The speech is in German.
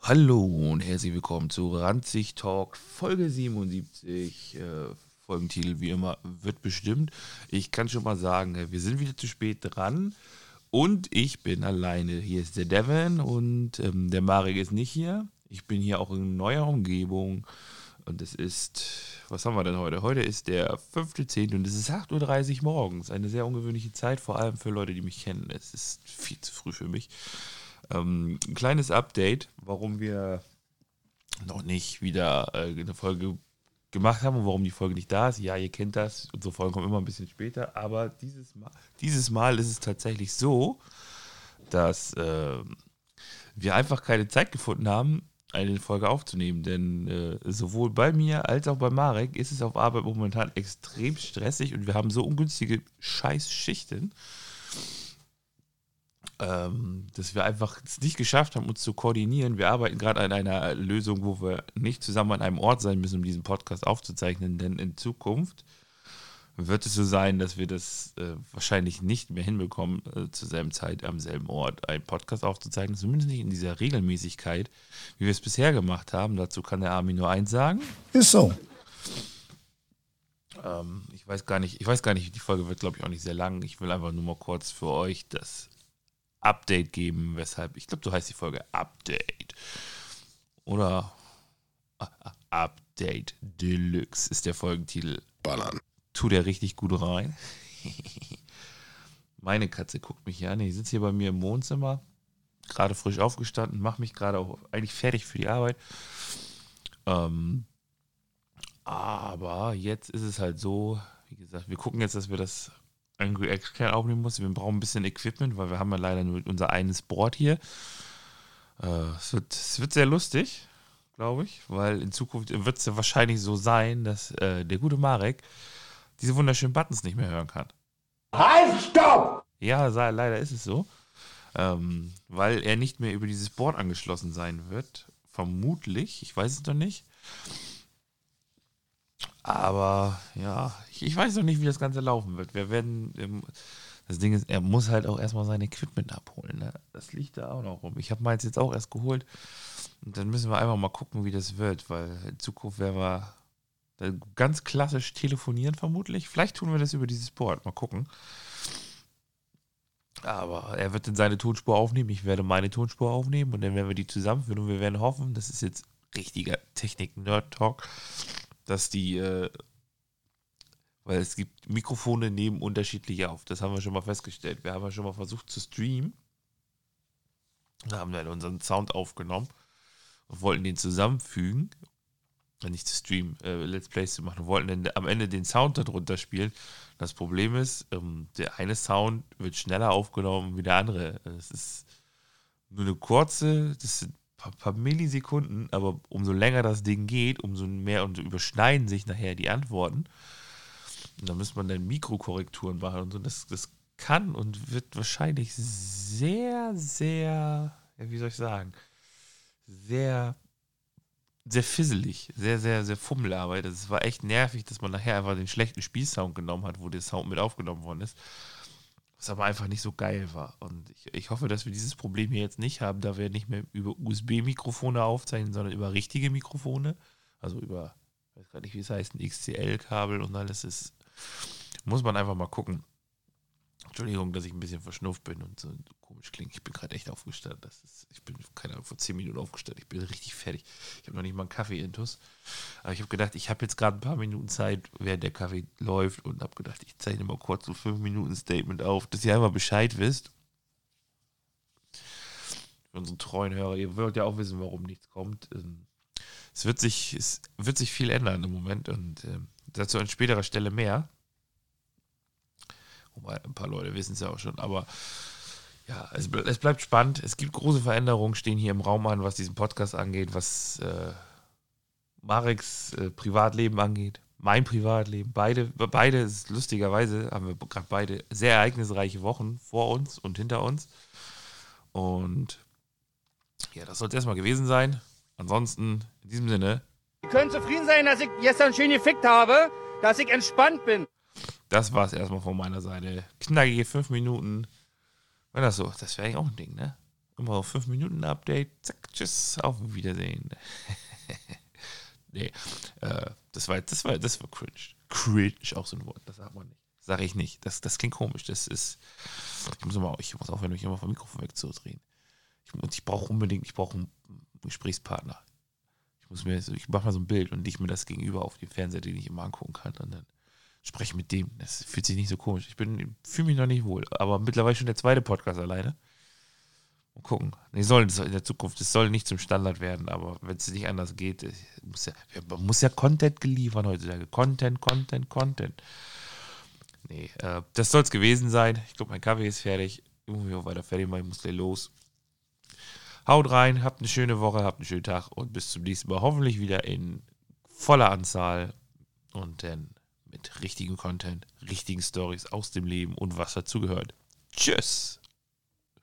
Hallo und herzlich willkommen zu Ranzig Talk Folge 77. Folgentitel wie immer wird bestimmt. Ich kann schon mal sagen, wir sind wieder zu spät dran und ich bin alleine. Hier ist der Devin und der Marek ist nicht hier. Ich bin hier auch in neuer Umgebung und es ist, was haben wir denn heute? Heute ist der 5.10. und es ist 8.30 Uhr morgens. Eine sehr ungewöhnliche Zeit, vor allem für Leute, die mich kennen. Es ist viel zu früh für mich. Ein kleines Update, warum wir noch nicht wieder eine Folge gemacht haben und warum die Folge nicht da ist. Ja, ihr kennt das, unsere Folgen kommen immer ein bisschen später, aber dieses Mal ist es tatsächlich so, dass wir einfach keine Zeit gefunden haben, eine Folge aufzunehmen, denn sowohl bei mir als auch bei Marek ist es auf Arbeit momentan extrem stressig und wir haben so ungünstige Scheißschichten, dass wir einfach es nicht geschafft haben, uns zu koordinieren. Wir arbeiten gerade an einer Lösung, wo wir nicht zusammen an einem Ort sein müssen, um diesen Podcast aufzuzeichnen, denn in Zukunft wird es so sein, dass wir das wahrscheinlich nicht mehr hinbekommen, zur selben Zeit am selben Ort einen Podcast aufzuzeichnen, zumindest nicht in dieser Regelmäßigkeit, wie wir es bisher gemacht haben. Dazu kann der Armin nur eins sagen. Ist so. Ich weiß gar nicht, die Folge wird, glaube ich, auch nicht sehr lang. Ich will einfach nur mal kurz für euch das Update geben, weshalb, ich glaube, so heißt die Folge Update. Oder Update Deluxe ist der Folgentitel. Ballern. Tut er richtig gut rein. Meine Katze guckt mich hier an. Ich sitze hier bei mir im Wohnzimmer, gerade frisch aufgestanden, mache mich gerade auch eigentlich fertig für die Arbeit. Aber jetzt ist es halt so, wie gesagt, wir gucken jetzt, dass wir das extern aufnehmen müssen. Wir brauchen ein bisschen Equipment, weil wir haben ja leider nur unser eines Board hier. Es wird sehr lustig, glaube ich, weil in Zukunft wird es ja wahrscheinlich so sein, dass der gute Marek diese wunderschönen Buttons nicht mehr hören kann. Halt, stopp! Ja, leider ist es so, weil er nicht mehr über dieses Board angeschlossen sein wird. Vermutlich, ich weiß es noch nicht. Aber ja, ich weiß noch nicht, wie das Ganze laufen wird. Wir werden, das Ding ist, er muss halt auch erstmal sein Equipment abholen. Ne? Das liegt da auch noch rum. Ich habe meins jetzt auch erst geholt. Und dann müssen wir einfach mal gucken, wie das wird, weil in Zukunft werden wir ganz klassisch telefonieren vermutlich. Vielleicht tun wir das über dieses Board. Mal gucken. Aber er wird dann seine Tonspur aufnehmen. Ich werde meine Tonspur aufnehmen und dann werden wir die zusammenführen und wir werden hoffen, das ist jetzt richtiger Technik-Nerd-Talk, dass die, weil es gibt Mikrofone nehmen unterschiedlich auf. Das haben wir schon mal festgestellt. Wir haben ja schon mal versucht zu streamen. Da haben wir unseren Sound aufgenommen und wollten den zusammenfügen. Nicht zu streamen, Let's Plays zu machen. Wir wollten dann am Ende den Sound darunter spielen. Das Problem ist, der eine Sound wird schneller aufgenommen wie der andere. Es ist nur eine kurze, das sind paar Millisekunden, aber umso länger das Ding geht, umso mehr und überschneiden sich nachher die Antworten. Und da muss man dann Mikrokorrekturen machen und so. Das kann und wird wahrscheinlich sehr, sehr, ja, wie soll ich sagen, sehr, sehr fisselig, sehr, sehr, sehr Fummelarbeit. Es war echt nervig, dass man nachher einfach den schlechten Spielsound genommen hat, wo der Sound mit aufgenommen worden ist. Was aber einfach nicht so geil war. Und ich hoffe, dass wir dieses Problem hier jetzt nicht haben, da wir nicht mehr über USB-Mikrofone aufzeichnen, sondern über richtige Mikrofone. Also über, ich weiß gar nicht, wie es heißt, ein XCL-Kabel und alles. Das muss man einfach mal gucken. Entschuldigung, dass ich ein bisschen verschnupft bin und so komisch klingt. Ich bin gerade echt aufgestanden. Ich bin, keine Ahnung, vor 10 Minuten aufgestanden. Ich bin richtig fertig. Ich habe noch nicht mal einen Kaffee-Intus. Aber ich habe gedacht, ich habe jetzt gerade ein paar Minuten Zeit, während der Kaffee läuft und habe gedacht, ich zeichne mal kurz so 5 Minuten Statement auf, dass ihr einmal Bescheid wisst. Für unsere treuen Hörer, ihr wollt ja auch wissen, warum nichts kommt. Es wird sich viel ändern im Moment und dazu an späterer Stelle mehr. Wobei, ein paar Leute wissen es ja auch schon, aber ja, es bleibt spannend. Es gibt große Veränderungen, stehen hier im Raum an, was diesen Podcast angeht, was Mareks Privatleben angeht, mein Privatleben. Beide ist lustigerweise, haben wir gerade beide sehr ereignisreiche Wochen vor uns und hinter uns. Und ja, das soll es erstmal gewesen sein. Ansonsten, in diesem Sinne. Ihr könnt zufrieden sein, dass ich gestern schön gefickt habe, dass ich entspannt bin. Das war es erstmal von meiner Seite. Knackige 5 Minuten. Wenn das so, das wäre eigentlich auch ein Ding, ne? Immer auf 5 Minuten Update. Zack, tschüss, auf Wiedersehen. Nee, das war cringe. Cringe, auch so ein Wort, das sagt man nicht. Sage ich nicht. Das klingt komisch. Ich muss aufhören, mich immer vom Mikrofon wegzudrehen. Ich brauche einen Gesprächspartner. Ich mache mal so ein Bild und leg mir das gegenüber auf den Fernseher, den ich immer angucken kann. Und dann spreche mit dem. Das fühlt sich nicht so komisch. Ich fühle mich noch nicht wohl. Aber mittlerweile schon der zweite Podcast alleine. Und gucken. In der Zukunft, es soll nicht zum Standard werden, aber wenn es nicht anders geht, man muss ja Content geliefert heutzutage. Content. Nee, das soll es gewesen sein. Ich glaube, mein Kaffee ist fertig. Ich muss mich auch weiter fertig machen, ich muss gleich los. Haut rein, habt eine schöne Woche, habt einen schönen Tag und bis zum nächsten Mal. Hoffentlich wieder in voller Anzahl und dann mit richtigem Content, richtigen Stories aus dem Leben und was dazugehört. Tschüss!